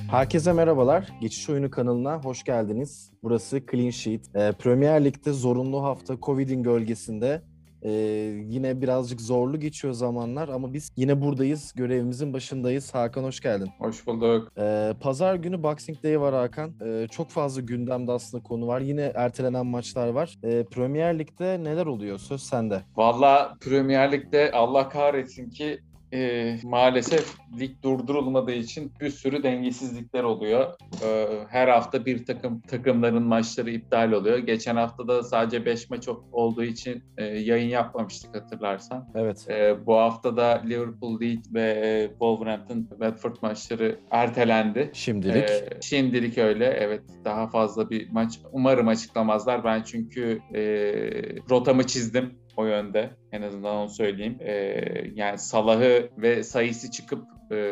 Herkese merhabalar. Geçiş Oyunu kanalına hoş geldiniz. Burası Clean Sheet. Premier Lig'de zorunlu hafta Covid'in gölgesinde yine birazcık zorlu geçiyor zamanlar ama biz yine buradayız. Görevimizin başındayız. Hakan hoş geldin. Hoş bulduk. Pazar günü Boxing Day var Hakan. Çok fazla gündemde aslında konu var. Yine ertelenen maçlar var. Premier Lig'de neler oluyor? Söz sende. Valla Premier Lig'de Allah kahretsin ki maalesef lig durdurulmadığı için bir sürü dengesizlikler oluyor. Her hafta bir takımların maçları iptal oluyor. Geçen hafta da sadece 5 maç olduğu için yayın yapmamıştık hatırlarsan. Evet. Bu hafta da Liverpool, Leeds ve Wolverhampton, Watford maçları ertelendi. Şimdilik. Şimdilik öyle. Evet, daha fazla bir maç umarım açıklamazlar. Ben çünkü rotamı çizdim o yönde. En azından onu söyleyeyim. Yani Salah'ı ve sayısı çıkıp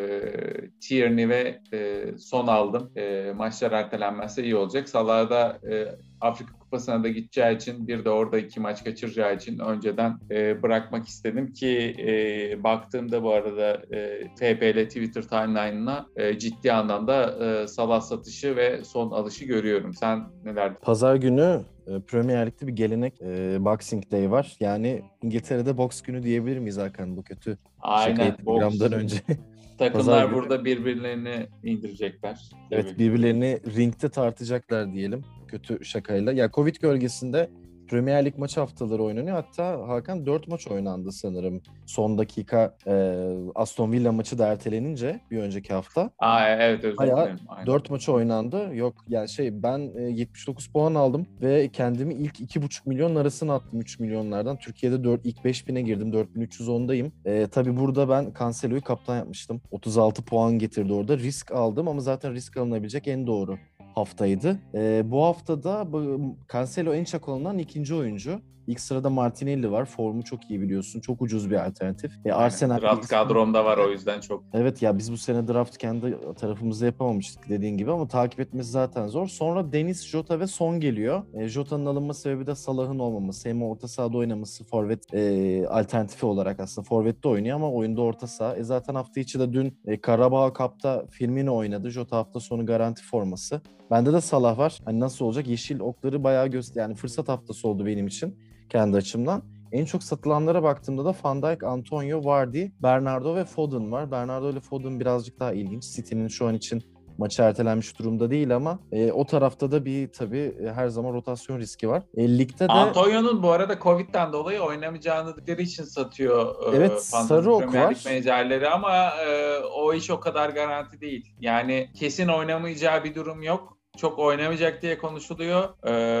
Tierney ve Son aldım. Maçlar ertelenmezse iyi olacak. Salah'a da Afrika Kupası'na da gideceği için bir de orada 2 maç kaçıracağı için önceden bırakmak istedim ki baktığımda bu arada FPL Twitter timeline'ına ciddi anlamda Salah satışı ve Son alışı görüyorum. Sen neler? Pazar günü Premier Lig'de bir gelenek Boxing Day var. Yani İngiltere'de boks günü diyebilir miyiz Hakan? Bu kötü şakayı Aynen. programdan önce. Pazar Takımlar günü. burada birbirlerini indirecekler. Evet, Tabii. birbirlerini ringde tartacaklar diyelim kötü şakayla. Ya Covid gölgesinde Premier Lig maç haftaları oynanıyor. Hatta Hakan 4 maç oynandı sanırım. Son dakika Aston Villa maçı da ertelenince bir önceki hafta. Evet, özür Bayağı dilerim. Aynen. 4 maç oynandı. Yok yani ben 79 puan aldım ve kendimi ilk 2,5 milyon arasına attım 3 milyonlardan. Türkiye'de ilk 5.000'e girdim. 4.310'dayım. Tabii burada ben Cancelo'yu kaptan yapmıştım. 36 puan getirdi orada. Risk aldım ama zaten risk alınabilecek en doğru haftaydı. Bu haftada Cancelo en çok alınan ikinci oyuncu. İlk sırada Martinelli var. Formu çok iyi biliyorsun. Çok ucuz bir alternatif. Arsenal Draft kadromda var o yüzden çok. Evet ya biz bu sene draft kendi tarafımızda yapamamıştık dediğin gibi ama takip etmesi zaten zor. Sonra Deniz, Jota ve Son geliyor. Jota'nın alınma sebebi de Salah'ın olmaması. Hem orta sahada oynaması forvet alternatifi olarak aslında forvette oynuyor ama oyunda orta saha. Zaten hafta içi de dün Carabao Cup'ta Firmino oynadı. Jota hafta sonu garanti forması. Bende de Salah var. Hani nasıl olacak? Yeşil okları bayağı yani fırsat haftası oldu benim için kendi açımdan. En çok satılanlara baktığımda da Van Dijk, Antonio, Vardy, Bernardo ve Foden var. Bernardo ile Foden birazcık daha ilginç. City'nin şu an için maçı ertelenmiş durumda değil ama o tarafta da bir tabii her zaman rotasyon riski var. Ligde de Antonio'nun bu arada Covid'den dolayı oynamayacağını dedikleri için satıyor evet, Fantasy sarı ok Premier Lig var. menajerleri ama o iş o kadar garanti değil. Yani kesin oynamayacağı bir durum yok. Çok oynamayacak diye konuşuluyor.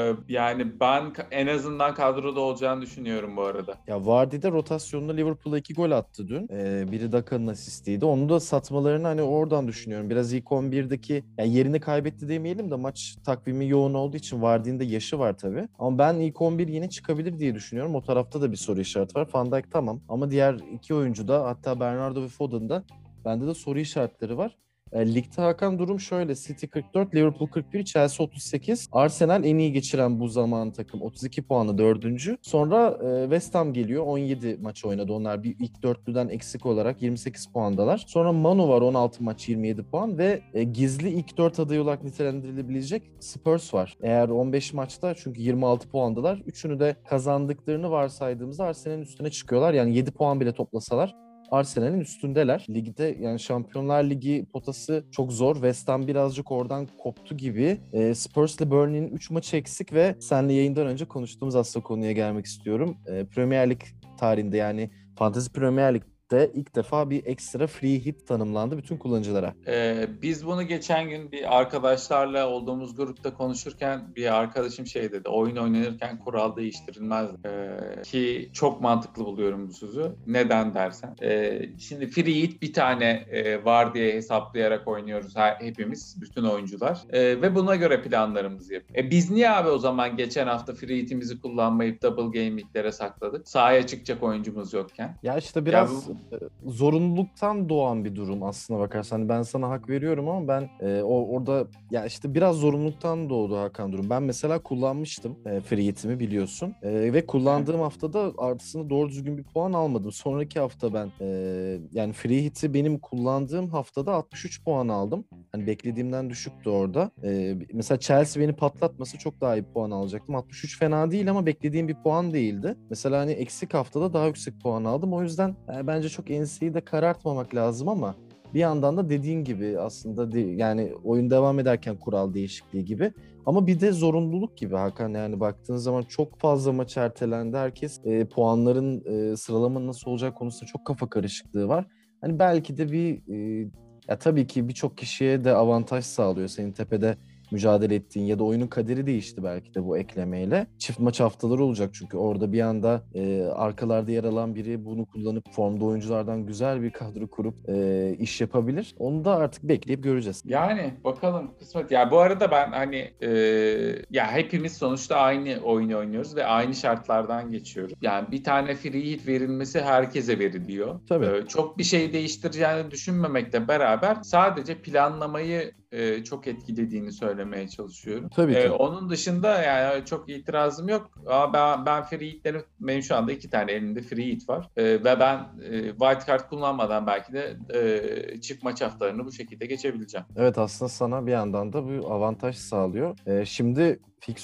Yani ben en azından kadroda olacağını düşünüyorum bu arada. Ya Vardy'de rotasyonda Liverpool'a 2 gol attı dün. Biri Daka'nın asistiydi. Onu da satmalarını hani oradan düşünüyorum. Biraz ilk 11'deki yani yerini kaybetti demeyelim de maç takvimi yoğun olduğu için Vardy'nin de yaşı var tabii. Ama ben ilk 11 yine çıkabilir diye düşünüyorum. O tarafta da bir soru işareti var. Van Dijk tamam ama diğer iki oyuncu da hatta Bernardo ve Foden'da bende de soru işaretleri var. Ligde Hakan durum şöyle. City 44, Liverpool 41, Chelsea 38. Arsenal en iyi geçiren bu zaman takım. 32 puanı 4. Sonra West Ham geliyor. 17 maç oynadı. Onlar bir ilk dörtlüden eksik olarak 28 puandalar. Sonra Manu var 16 maç 27 puan ve gizli ilk 4 adayı olarak nitelendirilebilecek Spurs var. Eğer 15 maçta çünkü 26 puandalar. Üçünü de kazandıklarını varsaydığımızda Arsenal'in üstüne çıkıyorlar. Yani 7 puan bile toplasalar Arsenal'in üstündeler. Ligde yani Şampiyonlar Ligi potası çok zor. West Ham birazcık oradan koptu gibi. Spurs ile Burnley'nin 3 maçı eksik ve seninle yayından önce konuştuğumuz aslında konuya gelmek istiyorum. Premier Lig tarihinde yani Fantasy Premier Lig'de ilk defa bir ekstra free hit tanımlandı bütün kullanıcılara. Biz bunu geçen gün bir arkadaşlarla olduğumuz grupta konuşurken bir arkadaşım şey dedi. Oyun oynanırken kural değiştirilmez. Ki çok mantıklı buluyorum bu sözü. Neden dersen. Şimdi free hit bir tane var diye hesaplayarak oynuyoruz hepimiz. Bütün oyuncular. Ve buna göre planlarımızı yapıyoruz. Biz niye abi o zaman geçen hafta free hitimizi kullanmayıp double game week'lere sakladık? Sahaya çıkacak oyuncumuz yokken. Ya işte biraz Zorunluluktan doğan bir durum aslına bakarsan. Hani ben sana hak veriyorum ama ben orada ya işte biraz zorunluluktan doğdu Hakan durum. Ben mesela kullanmıştım free hit'imi biliyorsun. Ve kullandığım haftada artısını doğru düzgün bir puan almadım. Sonraki hafta ben yani free hit'i benim kullandığım haftada 63 puan aldım. Hani beklediğimden düşüktü orada. Mesela Chelsea beni patlatması çok daha iyi puan alacaktım. 63 fena değil ama beklediğim bir puan değildi. Mesela hani eksik haftada daha yüksek puan aldım. O yüzden bence çok enseyi de karartmamak lazım ama bir yandan da dediğin gibi aslında yani oyun devam ederken kural değişikliği gibi. Ama bir de zorunluluk gibi Hakan, yani baktığın zaman çok fazla maç ertelendi. Herkes puanların sıralamanın nasıl olacak konusunda çok kafa karışıklığı var. Hani belki de ya tabii ki birçok kişiye de avantaj sağlıyor. Senin tepede mücadele ettiğin ya da oyunun kaderi değişti belki de bu eklemeyle. Çift maç haftaları olacak çünkü orada bir anda arkalarda yer alan biri bunu kullanıp formda oyunculardan güzel bir kadro kurup iş yapabilir. Onu da artık bekleyip göreceğiz. Yani bakalım kısmet. Ya bu arada ben hani ya hepimiz sonuçta aynı oyunu oynuyoruz ve aynı şartlardan geçiyoruz. Yani bir tane free hit verilmesi herkese veriliyor. Tabii. Çok bir şey değiştireceğini düşünmemekle beraber sadece planlamayı çok etkilediğini söylemeye çalışıyorum. Tabii ki. Onun dışında yani çok itirazım yok. Ama ben free hitlerim, benim şu anda 2 tane elimde free hit var. Ve ben wild card kullanmadan belki de çift maç haftalarını bu şekilde geçebileceğim. Evet, aslında sana bir yandan da bu avantaj sağlıyor. Şimdi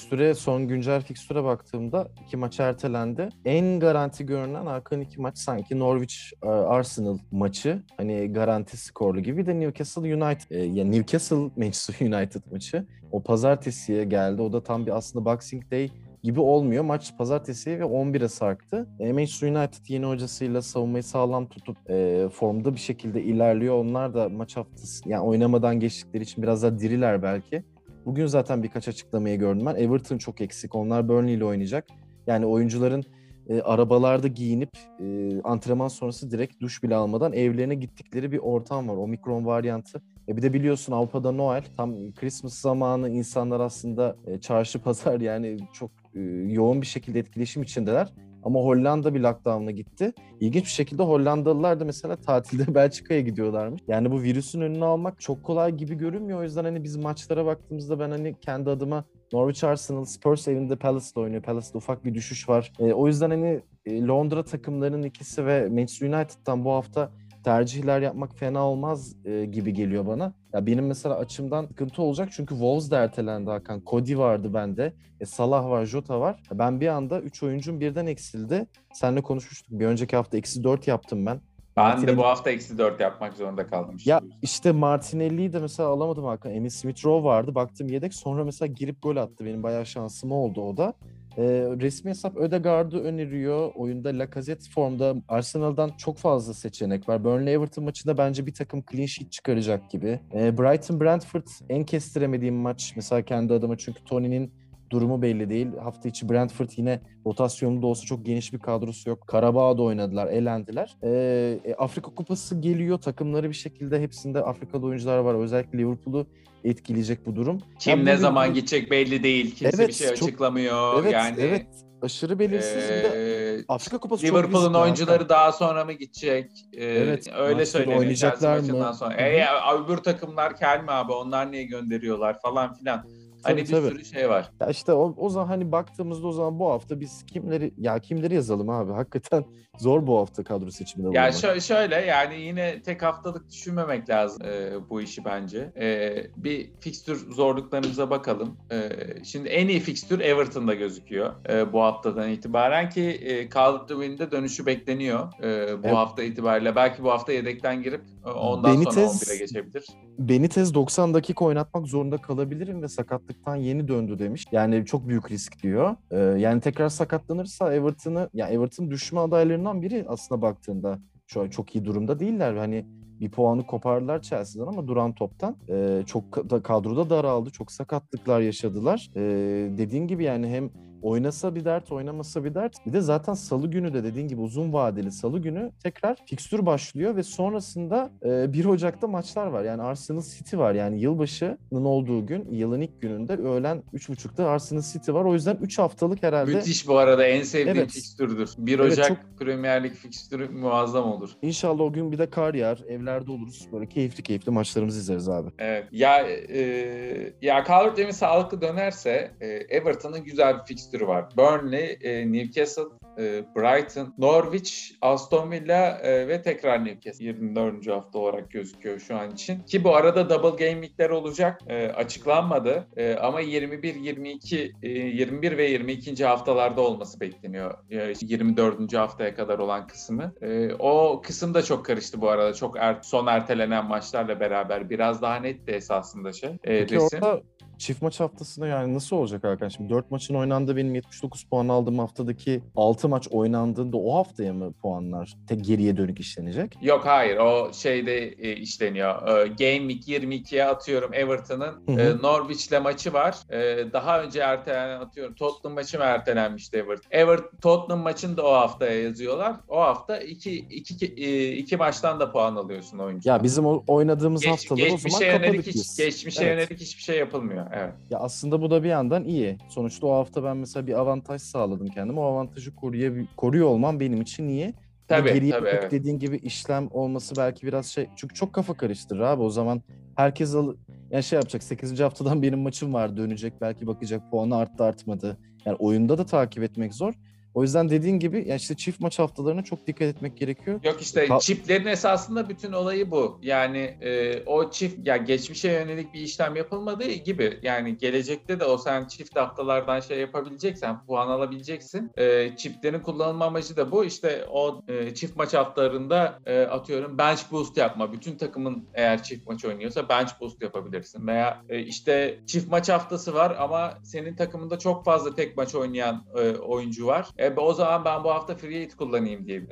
son güncel fikstüre baktığımda 2 maç ertelendi. En garanti görünen arkan 2 maç sanki Norwich Arsenal maçı. Hani garanti skorlu gibi. Bir de Newcastle United. Yani Newcastle Manchester United maçı. O pazartesiye geldi. O da tam bir aslında Boxing Day gibi olmuyor. Maç pazartesiye ve 11'e sarktı. Manchester United yeni hocasıyla savunmayı sağlam tutup formda bir şekilde ilerliyor. Onlar da maç haftası yani oynamadan geçtikleri için biraz daha diriler belki. Bugün zaten birkaç açıklamayı gördüm ben. Everton çok eksik. Onlar Burnley ile oynayacak. Yani oyuncuların arabalarda giyinip antrenman sonrası direkt duş bile almadan evlerine gittikleri bir ortam var. Omikron varyantı. Bir de biliyorsun Avrupa'da Noel, tam Christmas zamanı, insanlar aslında çarşı pazar yani çok yoğun bir şekilde etkileşim içindeler. Ama Hollanda bir lockdown'a gitti. İlginç bir şekilde Hollandalılar da mesela tatilde Belçika'ya gidiyorlarmış. Yani bu virüsün önünü almak çok kolay gibi görünmüyor. O yüzden hani biz maçlara baktığımızda ben hani kendi adıma Norwich Arsenal, Spurs evinde Palace'da oynuyor. Palace'da ufak bir düşüş var. O yüzden hani Londra takımlarının ikisi ve Manchester United'dan bu hafta tercihler yapmak fena olmaz gibi geliyor bana. Ya benim mesela açımdan sıkıntı olacak çünkü Wolves de ertelendi Hakan. Cody vardı bende. Salah var, Jota var. Ben bir anda 3 oyuncum birden eksildi. Seninle konuşmuştuk. Bir önceki hafta -4 yaptım ben. Ben de bu hafta -4 yapmak zorunda kaldım işte. Ya işte Martinelli'yi de mesela alamadım Hakan. Emil Smith-Rowe vardı. Baktım yedek. Sonra mesela girip gol attı. Benim bayağı şansım oldu o da. Resmi hesap Ødegaard'ı öneriyor. Oyunda Lacazette formda. Arsenal'dan çok fazla seçenek var. Burnley-Everton maçında bence bir takım clean sheet çıkaracak gibi. Brighton-Brentford en kestiremediğim maç. Mesela kendi adıma çünkü Tony'nin durumu belli değil. Hafta içi Brentford yine rotasyonlu da olsa çok geniş bir kadrosu yok. Karabağ'da oynadılar, elendiler. Afrika Kupası geliyor. Takımları bir şekilde hepsinde Afrikalı oyuncular var. Özellikle Liverpool'u etkileyecek bu durum. Kim ne zaman gidecek belli değil. Kimse bir şey çok, açıklamıyor. Yani evet. Aşırı belirsiz. Bir de Afrika Kupası çok Liverpool'un riskli. oyuncuları daha sonra mı gidecek? Evet. Öyle söyleniyor Chelsea Oynayacaklar maçından mı? sonra. Hı-hı. Öbür takımlar kel mi abi? Onlar niye gönderiyorlar falan filan. Tabii, Hani bir tabii. sürü şey var. Ya işte o zaman hani baktığımızda o zaman bu hafta biz kimleri yazalım abi? Hakikaten zor bu hafta kadro seçiminde Ya bulunmak. şöyle yani yine tek haftalık düşünmemek lazım bu işi bence. Bir fikstür zorluklarımıza bakalım. Şimdi en iyi fikstür Everton'da gözüküyor bu haftadan itibaren ki Calvert-Lewin'de dönüşü bekleniyor bu E, hafta itibariyle. Belki bu hafta yedekten girip ondan sonra 11'e Benitez geçebilir. Benitez 90 dakika oynatmak zorunda kalabilirim ve sakatlıktan yeni döndü demiş. Yani çok büyük risk diyor. Yani tekrar sakatlanırsa Everton düşme adaylarından biri aslında baktığında. Şu an çok iyi durumda değiller. Hani bir puanı kopardılar Chelsea'den ama duran toptan. Çok kadroda daraldı. Çok sakatlıklar yaşadılar. Dediğin gibi yani hem oynasa bir dert, oynamasa bir dert. Bir de zaten salı günü de dediğin gibi uzun vadeli salı günü tekrar fikstür başlıyor ve sonrasında 1 Ocak'ta maçlar var. Yani Arsenal City var. Yani yılbaşının olduğu gün, yılın ilk gününde öğlen 3.30'da Arsenal City var. O yüzden 3 haftalık herhalde. Müthiş bu arada, en sevdiğim Evet. fikstürdür. 1 Evet, Ocak çok... Premier Lig fikstürü muazzam olur. İnşallah o gün bir de kar yağar, evlerde oluruz. Böyle keyifli keyifli maçlarımızı izleriz abi. Evet. Ya Calvert-Lewin sağlıklı dönerse Everton'ın güzel bir fikstürü var. Burnley, Newcastle, Brighton, Norwich, Aston Villa ve tekrar Newcastle 24. hafta olarak gözüküyor şu an için. Ki bu arada double game week'ler olacak. Açıklanmadı. Ama 21 ve 22. haftalarda olması bekleniyor. 24. haftaya kadar olan kısmı. O kısım da çok karıştı bu arada. Çok son ertelenen maçlarla beraber biraz daha netti esasında Peki resim. orada çift maç haftasında yani nasıl olacak Hakan? Şimdi 4 maçın oynandığı, benim 79 puan aldığım haftadaki 6 maç oynandığında o haftaya mı puanlar tek geriye dönük işlenecek? Yok, hayır, o şeyde işleniyor. Game Week 22'ye atıyorum Everton'ın Norwich'le maçı var. Daha önce ertelenen, atıyorum Tottenham maçı mı ertelenmişti Everton. Tottenham maçını da o haftaya yazıyorlar. O hafta iki maçtan da puan alıyorsun oyuncudan. Ya bizim oynadığımız haftaları o zaman kapadık biz. Geçmişe yönelik hiçbir şey yapılmıyor. Evet. Ya aslında bu da bir yandan iyi. Sonuçta o hafta ben mesela bir avantaj sağladım kendime. O avantajı koruyor olmam benim için iyi. Tabii, geriye evet. dediğin gibi işlem olması belki biraz şey. Çünkü çok kafa karıştırır abi. O zaman herkes yani şey yapacak. 8. haftadan benim maçım var, dönecek. Belki bakacak puanı arttı artmadı. Yani oyunda da takip etmek zor. O yüzden dediğin gibi yani işte çift maç haftalarına çok dikkat etmek gerekiyor. Yok işte çiftlerin esasında bütün olayı bu. Yani o çift, ya geçmişe yönelik bir işlem yapılmadığı gibi yani gelecekte de o sen çift haftalardan şey yapabileceksen, puan alabileceksin. Çiftlerin kullanılma amacı da bu. İşte o çift maç haftalarında atıyorum bench boost yapma. Bütün takımın eğer çift maç oynuyorsa bench boost yapabilirsin. Veya işte çift maç haftası var ama senin takımında çok fazla tek maç oynayan oyuncu var. O zaman ben bu hafta free hit kullanayım diyeyim.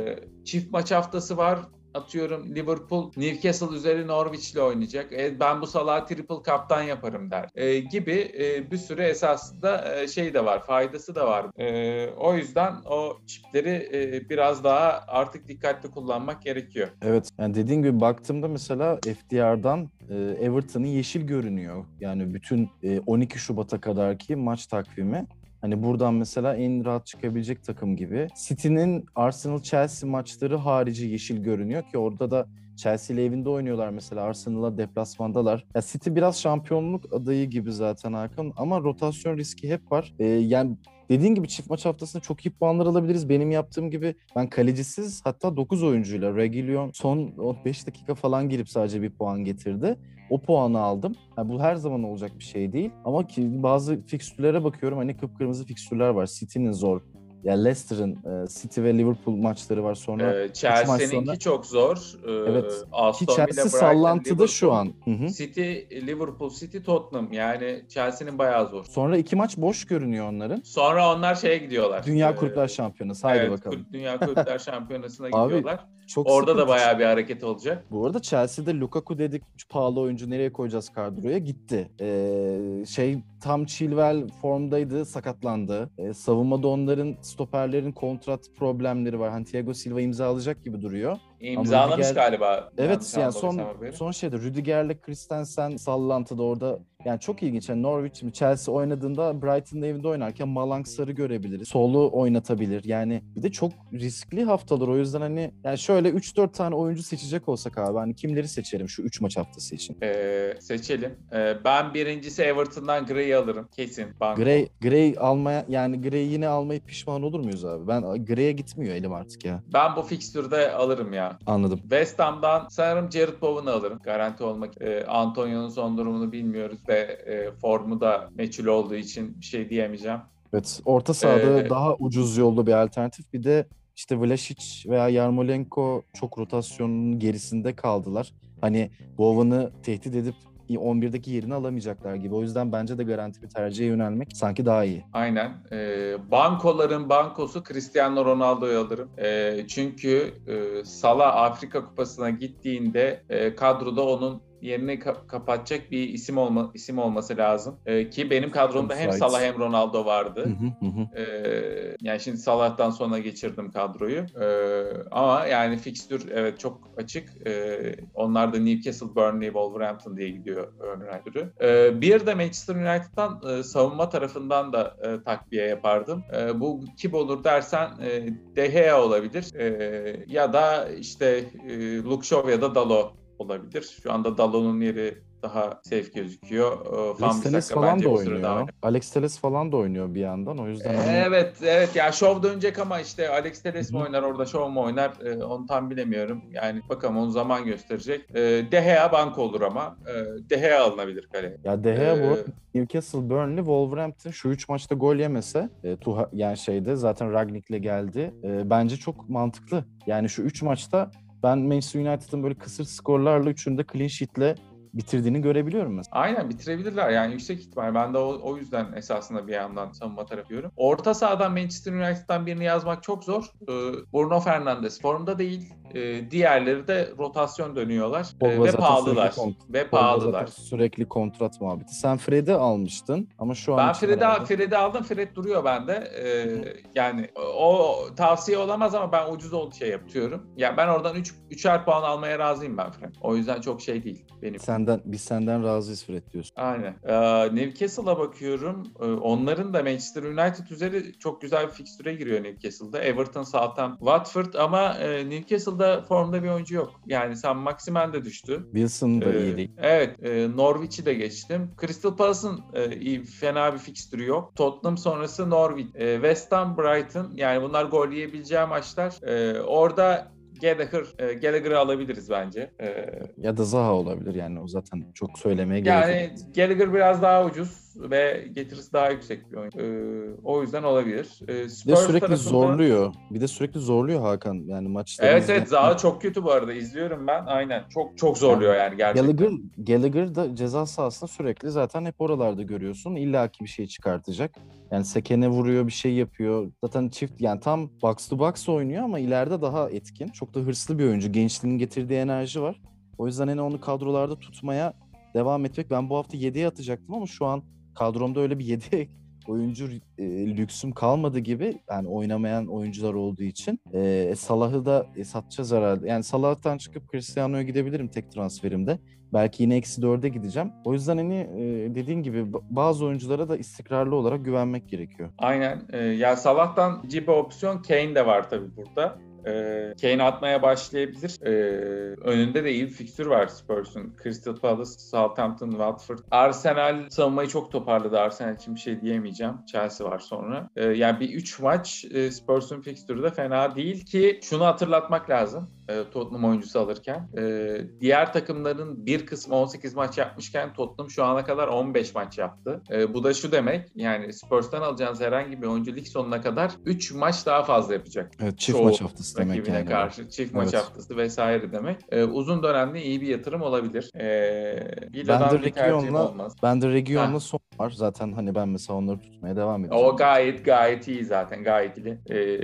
Çift maç haftası var. Atıyorum Liverpool Newcastle üzeri Norwich ile oynayacak. Ben bu Salah'ı triple kaptan yaparım der. Gibi bir sürü esasında şey de var. Faydası da var. O yüzden o çiftleri biraz daha artık dikkatli kullanmak gerekiyor. Evet. Yani dediğin gibi baktığımda mesela FDR'dan Everton'ın yeşil görünüyor. Yani bütün 12 Şubat'a kadarki maç takvimi. Hani buradan mesela en rahat çıkabilecek takım gibi. City'nin Arsenal-Chelsea maçları harici yeşil görünüyor ki orada da Chelsea ile evinde oynuyorlar mesela. Arsenal'a deplasmandalar. Ya City biraz şampiyonluk adayı gibi zaten Hakan ama rotasyon riski hep var. Yani dediğin gibi çift maç haftasında çok iyi puanlar alabiliriz. Benim yaptığım gibi ben kalecisiz hatta 9 oyuncuyla Reguilon son 5 dakika falan girip sadece bir puan getirdi. O puanı aldım. Yani bu her zaman olacak bir şey değil. Ama ki bazı fikstürlere bakıyorum hani kıpkırmızı fikstürler var. City'nin zor. Yani Leicester'ın City ve Liverpool maçları var sonra. Chelsea'ninki sonra... çok zor. Evet. Aston Ki Villa, Chelsea Brighton, sallantıda Liverpool, şu an. Hı-hı. City, Liverpool, City, Tottenham. Yani Chelsea'nin bayağı zor. Sonra 2 maç boş görünüyor onların. Sonra onlar şeye gidiyorlar. Dünya Kulüpler Şampiyonası. Haydi evet, bakalım. Dünya Kulüpler Şampiyonası'na gidiyorlar. Abi, çok orada sıkıntı. da bayağı bir hareket olacak. Bu arada Chelsea'de Lukaku dedik, pahalı oyuncu nereye koyacağız kadroya, gitti. Tam Chilwell formdaydı, sakatlandı. Savunmada onların stoperlerin kontrat problemleri var. Hani Thiago Silva imzalayacak gibi duruyor. İmzalamış galiba. Evet yani son şeyde Rüdiger'le Christensen sallantıda orada. Yani çok ilginç. Yani Norwich, Chelsea oynadığında Brighton'ın evinde oynarken Malang Sar'ı görebiliriz. Solu oynatabilir. Yani bir de çok riskli haftalar. O yüzden hani yani şöyle 3-4 tane oyuncu seçecek olsak abi hani kimleri seçerim şu 3 maç haftası için? Seçelim. Ben birincisi Everton'dan Gray'i alırım. Kesin. Banko. Gray almaya yani Gray yine almayı pişman olur muyuz abi? Ben Gray'e gitmiyor elim artık ya. Ben bu fikstürde alırım ya. Anladım. West Ham'dan sanırım Jared Bowen'ı alırım. Garanti olmak. Antonio'nun son durumunu bilmiyoruz ve formu da meçhul olduğu için bir şey diyemeyeceğim. Evet. Orta sahada daha ucuz yollu bir alternatif. Bir de işte Vlašić veya Yarmolenko çok rotasyonun gerisinde kaldılar. Hani Bowen'ı tehdit edip 11'deki yerini alamayacaklar gibi. O yüzden bence de garanti bir tercihe yönelmek sanki daha iyi. Aynen. Bankoların bankosu Cristiano Ronaldo'yu alırım. Çünkü Salah Afrika Kupası'na gittiğinde kadroda onun yerini kapatacak bir isim olması lazım. Ki benim kadromda hem Right. Salah hem Ronaldo vardı. Hı hı. Yani şimdi Salah'tan sonra geçirdim kadroyu. Ama yani fikstür evet çok açık. Onlar da Newcastle, Burnley, Wolverhampton diye gidiyor ön raydırı. Bir de Manchester United'dan savunma tarafından da takviye yapardım. Bu kim olur dersen De Gea olabilir. Ya da işte Luke Shaw ya da Dalot olabilir. Şu anda Dalot'un yeri daha safe gözüküyor. Alex Telles Wan-Bissaka falan da bence bu sırada oynuyor. oynar. Alex Telles falan da oynuyor bir yandan. O yüzden hani Evet ya Shaw dönecek ama işte Alex Telles hı mi hı. oynar orada Shaw mu oynar onu tam bilemiyorum. Yani bakalım onu zaman gösterecek. De Gea banko olur ama De Gea alınabilir kaleye. Ya De Gea bu arada Newcastle, Burnley, Wolverhampton şu 3 maçta gol yemese yani şeyde zaten Rangnick'le geldi. Bence çok mantıklı. Yani şu 3 maçta ben Manchester United'ın böyle kısır skorlarla üçünde clean sheet'le bitirdiğini görebiliyorum mesela. Aynen bitirebilirler yani yüksek ihtimal. Ben de o yüzden esasında bir yandan savunma tarafı diyorum. Orta sahadan Manchester United'dan birini yazmak çok zor. Bruno Fernandes formda değil. Diğerleri de rotasyon dönüyorlar. Pogba Ve zaten pahalılar. Pogba zaten sürekli kontrat muhabbeti. Sen Fred'i almıştın ama şu an Ben için herhalde. Fred'i aldım. Fred duruyor bende. Hı hı. Yani o tavsiye olamaz ama ben ucuz olduğu şey yapıyorum. Ya ben oradan 3'er puan almaya razıyım ben Fred. O yüzden çok şey değil benim. Biz senden razıyız Fred diyorsun. Aynen. Newcastle'a bakıyorum. Onların da Manchester United üzeri çok güzel bir fikstüre giriyor Newcastle'da. Everton, Southampton, Watford ama Newcastle'da formda bir oyuncu yok. Yani Sam Maximen de düştü. Wilson da iyi değil. Evet. Norwich'i de geçtim. Crystal Palace'ın fena bir fikstürü yok. Tottenham sonrası Norwich. West Ham, Brighton. Yani bunlar gol yiyebileceği maçlar. Orada Gallagher'ı alabiliriz bence. Ya da Zaha olabilir yani o zaten çok söylemeye gerek yok. Yani Gallagher biraz daha ucuz ve getirisi daha yüksek bir oyun. O yüzden olabilir. Bir de Spurs sürekli tarafında zorluyor. Bir de sürekli zorluyor Hakan. Yani maçları evet izleyenler. Zaha çok kötü bu arada. İzliyorum ben. Aynen. Çok Yani zorluyor yani gerçekten. Gallagher da ceza sahasında sürekli zaten hep oralarda görüyorsun. İlla ki bir şey çıkartacak. Yani sekene vuruyor, bir şey yapıyor. Zaten çift yani tam box to box oynuyor ama ileride daha etkin. Çok da hırslı bir oyuncu. Gençliğin getirdiği enerji var. O yüzden hani onu kadrolarda tutmaya devam etmek. Ben bu hafta 7'ye atacaktım ama şu an kadromda öyle bir 7 oyuncu lüksüm kalmadı gibi. Yani oynamayan oyuncular olduğu için. Salah'ı da satacağız herhalde. Yani Salah'tan çıkıp Cristiano'ya gidebilirim tek transferimde. Belki yine -4'e gideceğim. O yüzden hani dediğin gibi bazı oyunculara da istikrarlı olarak güvenmek gerekiyor. Aynen. Ya Salah'tan bir opsiyon Kane de var tabii burada. Kane atmaya başlayabilir. Önünde de iyi bir fikstür var Spurs'un. Crystal Palace, Southampton, Watford. Arsenal savunmayı çok toparladı. Arsenal için bir şey diyemeyeceğim. Chelsea var sonra. Yani bir 3 maç Spurs'un fikstürü de fena değil ki şunu hatırlatmak lazım. Tottenham oyuncusu alırken. Diğer takımların bir kısmı 18 maç yapmışken Tottenham şu ana kadar 15 maç yaptı. Bu da şu demek yani Spurs'tan alacağınız herhangi bir oyuncu lig sonuna kadar 3 maç daha fazla yapacak. Evet, çift maç haftası demek Rakibine yani. karşı çift maç Evet. haftası vesaire demek. Uzun dönemde iyi bir yatırım olabilir. Ben Villa'dan de bir tercihim Region'la olmaz. Son var. Zaten hani ben mesela onları tutmaya devam edeceğim. O gayet iyi zaten gayet iyi.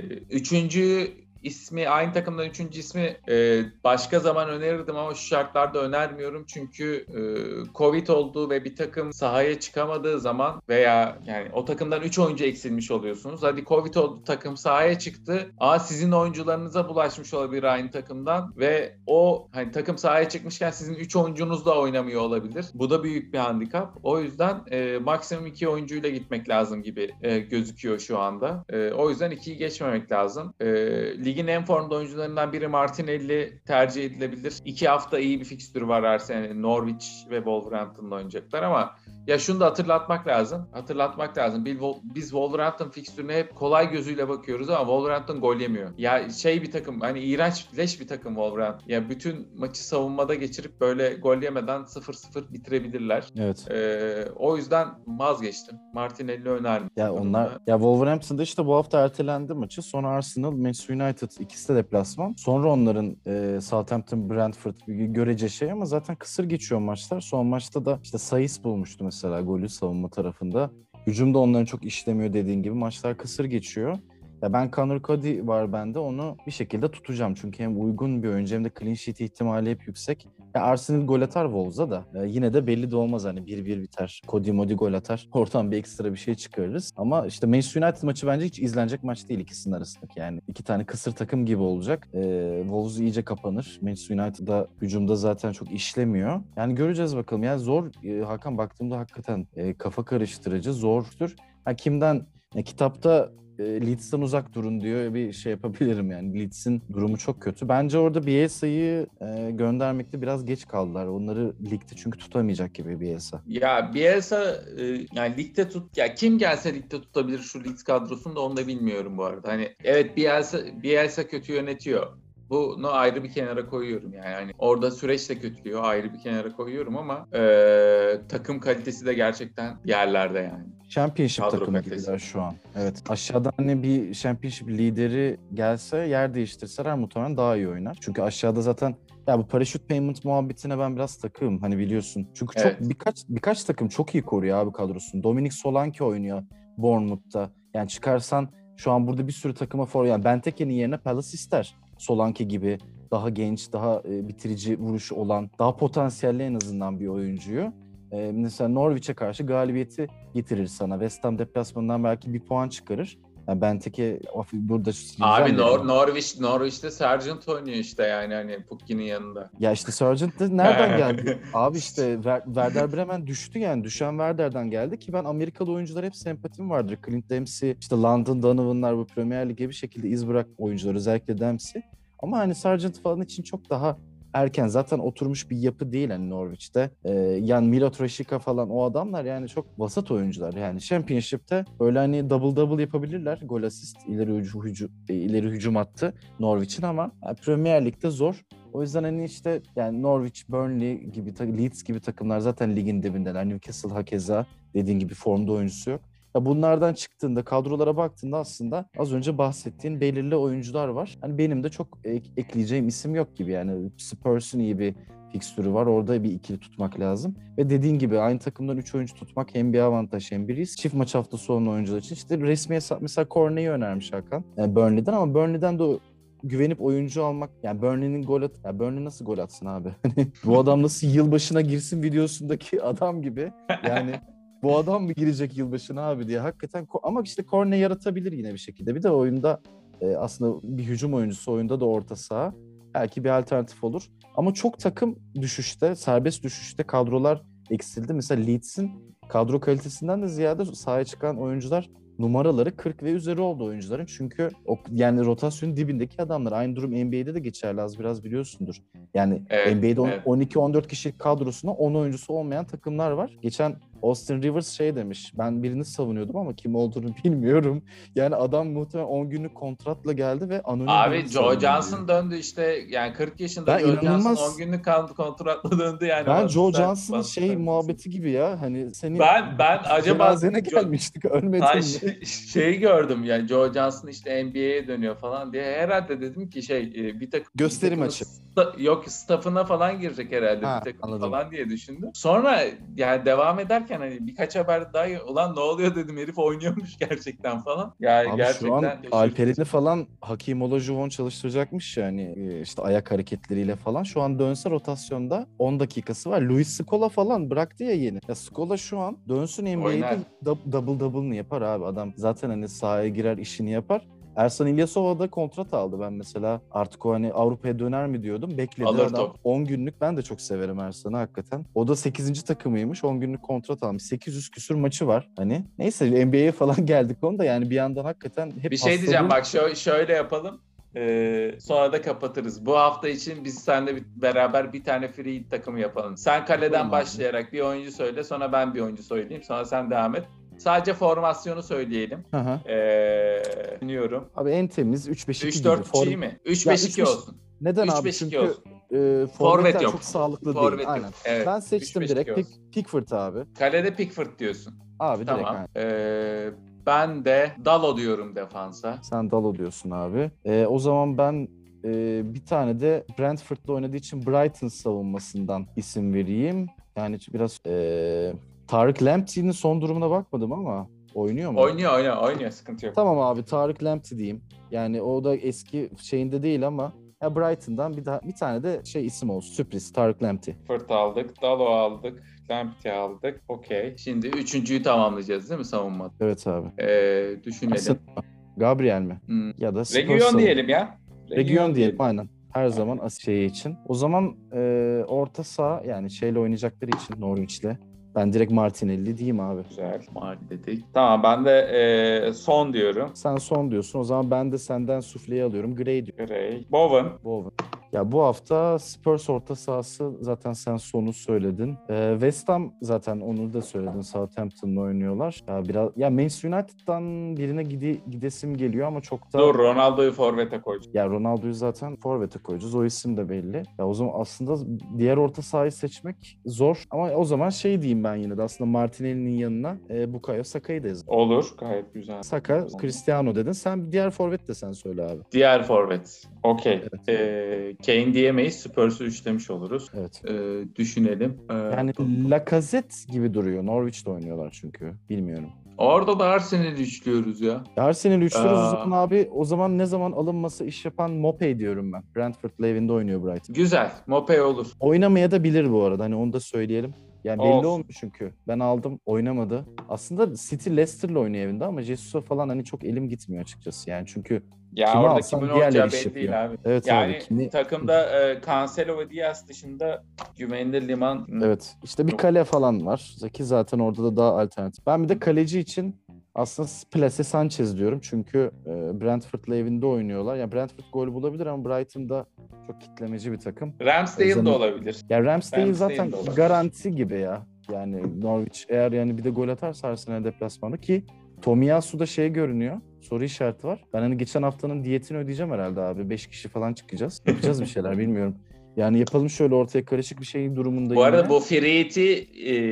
Üçüncü ismi aynı takımdan üçüncü ismi başka zaman önerirdim ama şu şartlarda önermiyorum çünkü Covid olduğu ve bir takım sahaya çıkamadığı zaman veya yani o takımdan 3 oyuncu eksilmiş oluyorsunuz. Hadi Covid oldu takım sahaya çıktı. Ama sizin oyuncularınıza bulaşmış olabilir aynı takımdan ve o hani takım sahaya çıkmışken sizin 3 oyuncunuz da oynamıyor olabilir. Bu da büyük bir handikap. O yüzden maksimum 2 oyuncuyla gitmek lazım gibi gözüküyor şu anda. O yüzden 2'yi geçmemek lazım. Ligin en formda oyuncularından biri Martinelli tercih edilebilir. 2 hafta iyi bir fikstürü var Arsenal'in. Norwich ve Wolverhampton'la oynayacaklar ama ya şunu da hatırlatmak lazım. Biz Wolverhampton fikstürüne hep kolay gözüyle bakıyoruz ama Wolverhampton gol yemiyor. Ya bir takım hani iğrenç leş bir takım Wolverhampton. Ya bütün maçı savunmada geçirip böyle gol yemeden 0-0 bitirebilirler. Evet. O yüzden vazgeçtim. Martinelli önermiyorum. Ya Wolverhampton'da işte bu hafta ertelendi maçı. Sonra Arsenal, Manchester United ikisi de deplasman. Sonra onların Southampton, Brentford görece şey ama zaten kısır geçiyor maçlar. Son maçta da işte Saiz bulmuştu mesela golü savunma tarafında. Hücumda onların çok işlemiyor dediğin gibi. Maçlar kısır geçiyor. Ya ben Conor Cody var bende, onu bir şekilde tutacağım. Çünkü hem uygun bir oyuncu hem de clean sheet ihtimali hep yüksek. Ya Arsenal gol atar Wolves'a da. Yine de belli de olmaz hani 1-1 biter. Cody Modi gol atar. Oradan bir ekstra bir şey çıkarırız. Ama işte Manchester United maçı bence hiç izlenecek maç değil ikisinin arasındaki. Yani iki tane kısır takım gibi olacak. Wolves iyice kapanır. Manchester United'da hücumda zaten çok işlemiyor. Yani göreceğiz bakalım. Yani zor. Hakan, baktığımda hakikaten kafa karıştırıcı, zordur. Ha, kimden? Kitapta Leeds'ten uzak durun diyor, bir şey yapabilirim yani. Leeds'in durumu çok kötü. Bence orada Bielsa'yı göndermekte biraz geç kaldılar. Onları ligde çünkü tutamayacak gibi Bielsa. Ya Bielsa yani ligde ya kim gelse ligde tutabilir şu Leeds kadrosunu da, onu da bilmiyorum bu arada. Hani evet, Bielsa kötü yönetiyor. Bunu ayrı bir kenara koyuyorum yani. Hani orada süreç de kötülüyor, ayrı bir kenara koyuyorum ama takım kalitesi de gerçekten yerlerde yani. Championship Kadro takımı kalitesi. gibiler şu an. Evet. Aşağıdan hani bir Championship lideri gelse, yer değiştirseler muhtemelen daha iyi oynar. Çünkü aşağıda zaten ya bu parachute payment muhabbetine ben biraz takığım. Hani biliyorsun. Çünkü çok Evet. birkaç takım çok iyi koruyor abi kadrosunu. Dominic Solanke oynuyor Bournemouth'ta. Yani çıkarsan şu an burada bir sürü takıma yani Benteke'nin yerine Palace ister. Solanke gibi daha genç, daha bitirici vuruşu olan, daha potansiyelli en azından bir oyuncuyu. Mesela Norwich'e karşı galibiyeti getirir sana. West Ham deplasmanından belki bir puan çıkarır. Yani Benteke burada Abi güzel de. Norwich'te Sargent oynuyor işte, yani hani Pukki'nin yanında. Ya işte Sargent de nereden geldi? Abi işte Werder Bremen düştü yani. Düşen Werder'den geldi ki ben Amerikalı oyuncular hep sempatim vardır. Clint Dempsey, işte Landon Donovan'lar, bu Premier Lig'e bir şekilde iz bırak oyuncular, özellikle Dempsey. Ama hani Sargent falan için çok daha erken. Zaten oturmuş bir yapı değil hani Norwich'te. Yani Milot Rashica falan, o adamlar yani çok vasat oyuncular. Yani Championship'te böyle hani double double yapabilirler. Gol, asist, ileri hücum attı Norwich'in, ama yani Premier Lig'de zor. O yüzden hani işte yani Norwich, Burnley gibi, Leeds gibi takımlar zaten ligin dibindeler. Newcastle hakeza, dediğin gibi formda oyuncusu yok. Ya bunlardan çıktığında, kadrolara baktığında aslında az önce bahsettiğin belirli oyuncular var. Hani benim de çok ekleyeceğim isim yok gibi. Yani Spurs'un iyi bir fikstürü var. Orada bir ikili tutmak lazım. Ve dediğin gibi aynı takımdan 3 oyuncu tutmak hem bir avantaj hem bir risk. Çift maç hafta sonu oyuncular için işte resmi hesap mesela Cornet'i önermiş Hakan. Yani Burnley'den, ama Burnley'den de güvenip oyuncu almak, yani Burnley'nin ya Burnley nasıl gol atsın abi? Hani bu adam nasıl yılbaşına girsin videosundaki adam gibi. Yani bu adam mı girecek yılbaşına abi diye hakikaten, ama işte korne yaratabilir yine bir şekilde. Bir de oyunda aslında bir hücum oyuncusu, oyunda da orta saha belki bir alternatif olur. Ama çok takım düşüşte, serbest düşüşte kadrolar eksildi. Mesela Leeds'in kadro kalitesinden de ziyade sahaya çıkan oyuncular numaraları 40 ve üzeri oldu oyuncuların. Çünkü yani rotasyonun dibindeki adamlar. Aynı durum NBA'de de geçerli, az biraz biliyorsundur. Yani Evet, NBA'de evet. 12-14 kişilik kadrosuna 10 oyuncusu olmayan takımlar var. Geçen Austin Rivers şey demiş, ben birini savunuyordum ama kim olduğunu bilmiyorum. Yani adam muhtemelen 10 günlük kontratla geldi ve anonim birini Abi Joe savunuyor diyor. Johnson döndü işte, yani 40 yaşında Ben Joe Johnson 10 inanılmaz, günlük kaldı kontratla döndü yani. ben Nasıl Joe sen, Johnson'ın nasıl şey sen diyorsun? muhabbeti gibi ya, hani senin Ben acaba cenazene gelmiştik, ölmedin mi? şeyi gördüm yani, Joe Johnson işte NBA'ye dönüyor falan diye, herhalde dedim ki bir Gösteri takımın maçı. yok staffına falan girecek herhalde bir Ha, takım anladım. falan diye düşündüm. Sonra yani devam ederken hani birkaç haber daha ulan ne oluyor dedim, herif oynuyormuş gerçekten falan. Yani Abi şu an gerçekten Alperen'i şaşırtıcı. falan Hakim Olajuwon çalıştıracakmış yani, işte ayak hareketleriyle falan. Şu an dönse rotasyonda 10 dakikası var. Luis Scola falan bıraktı ya yeni. Ya Scola şu an dönsün NBA'de Oynar. double double'ını yapar abi. Adam zaten hani sahaya girer, işini yapar. Ersan İlyasova da kontrat aldı. Ben mesela artık o hani Avrupa'ya döner mi diyordum. Bekledi Alır adam. top. 10 günlük, ben de çok severim Ersan'ı hakikaten. O da 8. takımıymış. 10 günlük kontrat almış. 800 küsür maçı var. Hani neyse, NBA'ye falan geldik onu da, yani bir yandan hakikaten Bir hep şey diyeceğim hastalığın. bak, şöyle yapalım. Sonra da kapatırız. Bu hafta için biz seninle beraber bir tane free hit takımı yapalım. Sen Yapalım kaleden abi. başlayarak bir oyuncu söyle, sonra ben bir oyuncu söyleyeyim, sonra sen devam et. Sadece formasyonu söyleyelim. Hı hı. Dinliyorum. Abi en temiz 3-5-2 gibi. 3-4-3 iyi mi? Ya 3-5-2 3-5, olsun. neden abi? 3-5-2 Çünkü olsun. Forvet forvetler yok. çok sağlıklı değil. Forvet yok. Aynen. Evet. Ben seçtim 3-5-2 direkt. olsun. Pickford abi. Kalede Pickford diyorsun. Abi direkt Tamam. aynen. Ben de Dalo diyorum defansa. Sen Dalo diyorsun abi. O zaman ben bir tane de Brentford'da oynadığı için Brighton savunmasından isim vereyim. Yani biraz Tarık Lamptey'nin son durumuna bakmadım ama Oynuyor mu? Oynuyor. Sıkıntı yok. Tamam abi, Tarık Lamptey diyeyim. Yani o da eski şeyinde değil ama ya Brighton'dan bir tane de isim olsun. Sürpriz Tarık Lamptey. Fırt aldık, Dalo aldık, Lamptey aldık. Okey. Şimdi üçüncüyü tamamlayacağız değil mi savunmada? Evet abi. Düşünelim. Aslında Gabriel mi? Ya da Spurs Reguilon alalım. diyelim ya. Reguilon diyelim aynen. Her zaman için. O zaman orta saha yani oynayacakları için Norwich'le. Ben direkt Martinelli diyeyim abi. Güzel. Mali dedik. Tamam ben de son diyorum. Sen son diyorsun. O zaman ben de senden sufleyi alıyorum. Gray diyorum. Gray. Bowen. Ya bu hafta Spurs orta sahası zaten sen sonu söyledin. West Ham zaten onu da söyledin. Southampton'la oynuyorlar. Ya Manchester United'dan birine gidesim geliyor ama çok da... Dur, Ronaldo'yu forvete koyacağım. Ya Ronaldo'yu zaten forvete koyacağız. O isim de belli. Ya o zaman aslında diğer orta sahayı seçmek zor. Ama o zaman diyeyim ben yine de. Aslında Martinelli'nin yanına Bukayo Saka'yı da yazayım. Olur. Gayet güzel. Saka, Cristiano dedin. Sen diğer forvet de sen söyle abi. Diğer forvet. Okey. Evet. Kane diyemeyiz. Spurs'u üçlemiş oluruz. Evet. Düşünelim. Yani Lacazette gibi duruyor. Norwich'te oynuyorlar çünkü. Bilmiyorum. Orada da Arsenal'i üçlüyoruz ya. Arsenal'i üçlüyoruz o zaman abi. O zaman ne zaman alınması iş yapan Mopey diyorum ben. Brentford'la evinde oynuyor Brighton. Güzel. Mopey olur. Oynamaya da bilir bu arada. Hani onu da söyleyelim. Yani belli Olsun. olmuyor çünkü. Ben aldım, oynamadı. Aslında City Leicester'la oynuyor evinde ama Jesus'a falan hani çok elim gitmiyor açıkçası. Yani çünkü Ya kimi orada alsan kimin diğerleri olacağı iş belli yapıyor. değil abi. Evet yani abi. takımda Cancelo ve Diaz dışında güvenilir liman. Evet. İşte bir kale falan var. Zeki zaten orada da daha alternatif. Ben bir de kaleci için aslında Place Sanchez diyorum. Çünkü Brentford'la evinde oynuyorlar. Yani Brentford gol bulabilir ama Brighton'da çok kitlemeci bir takım. Ramsdale de olabilir. Ya Ramsdale zaten de olabilir. garanti gibi ya. Yani Norwich eğer yani bir de gol atarsa Arsenal deplasmanı ki Tomiyasu'da görünüyor. Soru işareti var. Ben hani geçen haftanın diyetini ödeyeceğim herhalde abi. 5 kişi falan çıkacağız. Yapacağız bir şeyler bilmiyorum. Yani yapalım şöyle ortaya karışık bir şey durumundayım. Bu arada bu free hit'i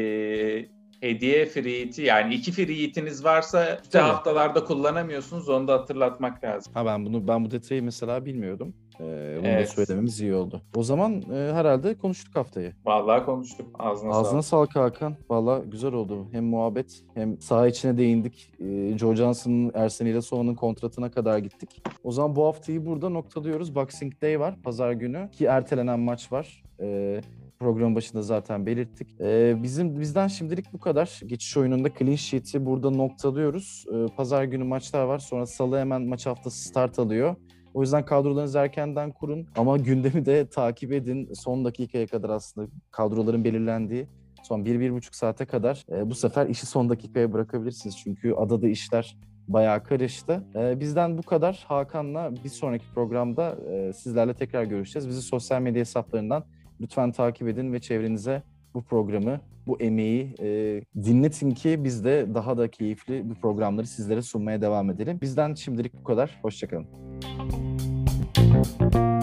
hediye free hit'i yani 2 free hit'iniz varsa işte haftalarda kullanamıyorsunuz. Onu da hatırlatmak lazım. Ben bu detayı mesela bilmiyordum. Bunu da söylememiz iyi oldu. O zaman herhalde konuştuk haftayı. Vallahi konuştuk. Ağzına sağlık Hakan. Vallahi güzel oldu. Hem muhabbet hem saha içine değindik. Joe Johnson'ın Ersen İlyasova'nın kontratına kadar gittik. O zaman bu haftayı burada noktalıyoruz. Boxing Day var pazar günü ki ertelenen maç var. Program başında zaten belirttik. Bizden şimdilik bu kadar. Geçiş oyununda clean sheet'i burada noktalıyoruz. Pazar günü maçlar var. Sonra salı hemen maç haftası start alıyor. O yüzden kadrolarınızı erkenden kurun ama gündemi de takip edin. Son dakikaya kadar aslında kadroların belirlendiği son 1-1,5 saate kadar bu sefer işi son dakikaya bırakabilirsiniz. Çünkü adada işler bayağı karıştı. Bizden bu kadar. Hakan'la bir sonraki programda sizlerle tekrar görüşeceğiz. Bizi sosyal medya hesaplarından lütfen takip edin ve çevrenize bu programı, bu emeği dinletin ki biz de daha da keyifli bu programları sizlere sunmaya devam edelim. Bizden şimdilik bu kadar. Hoşça kalın.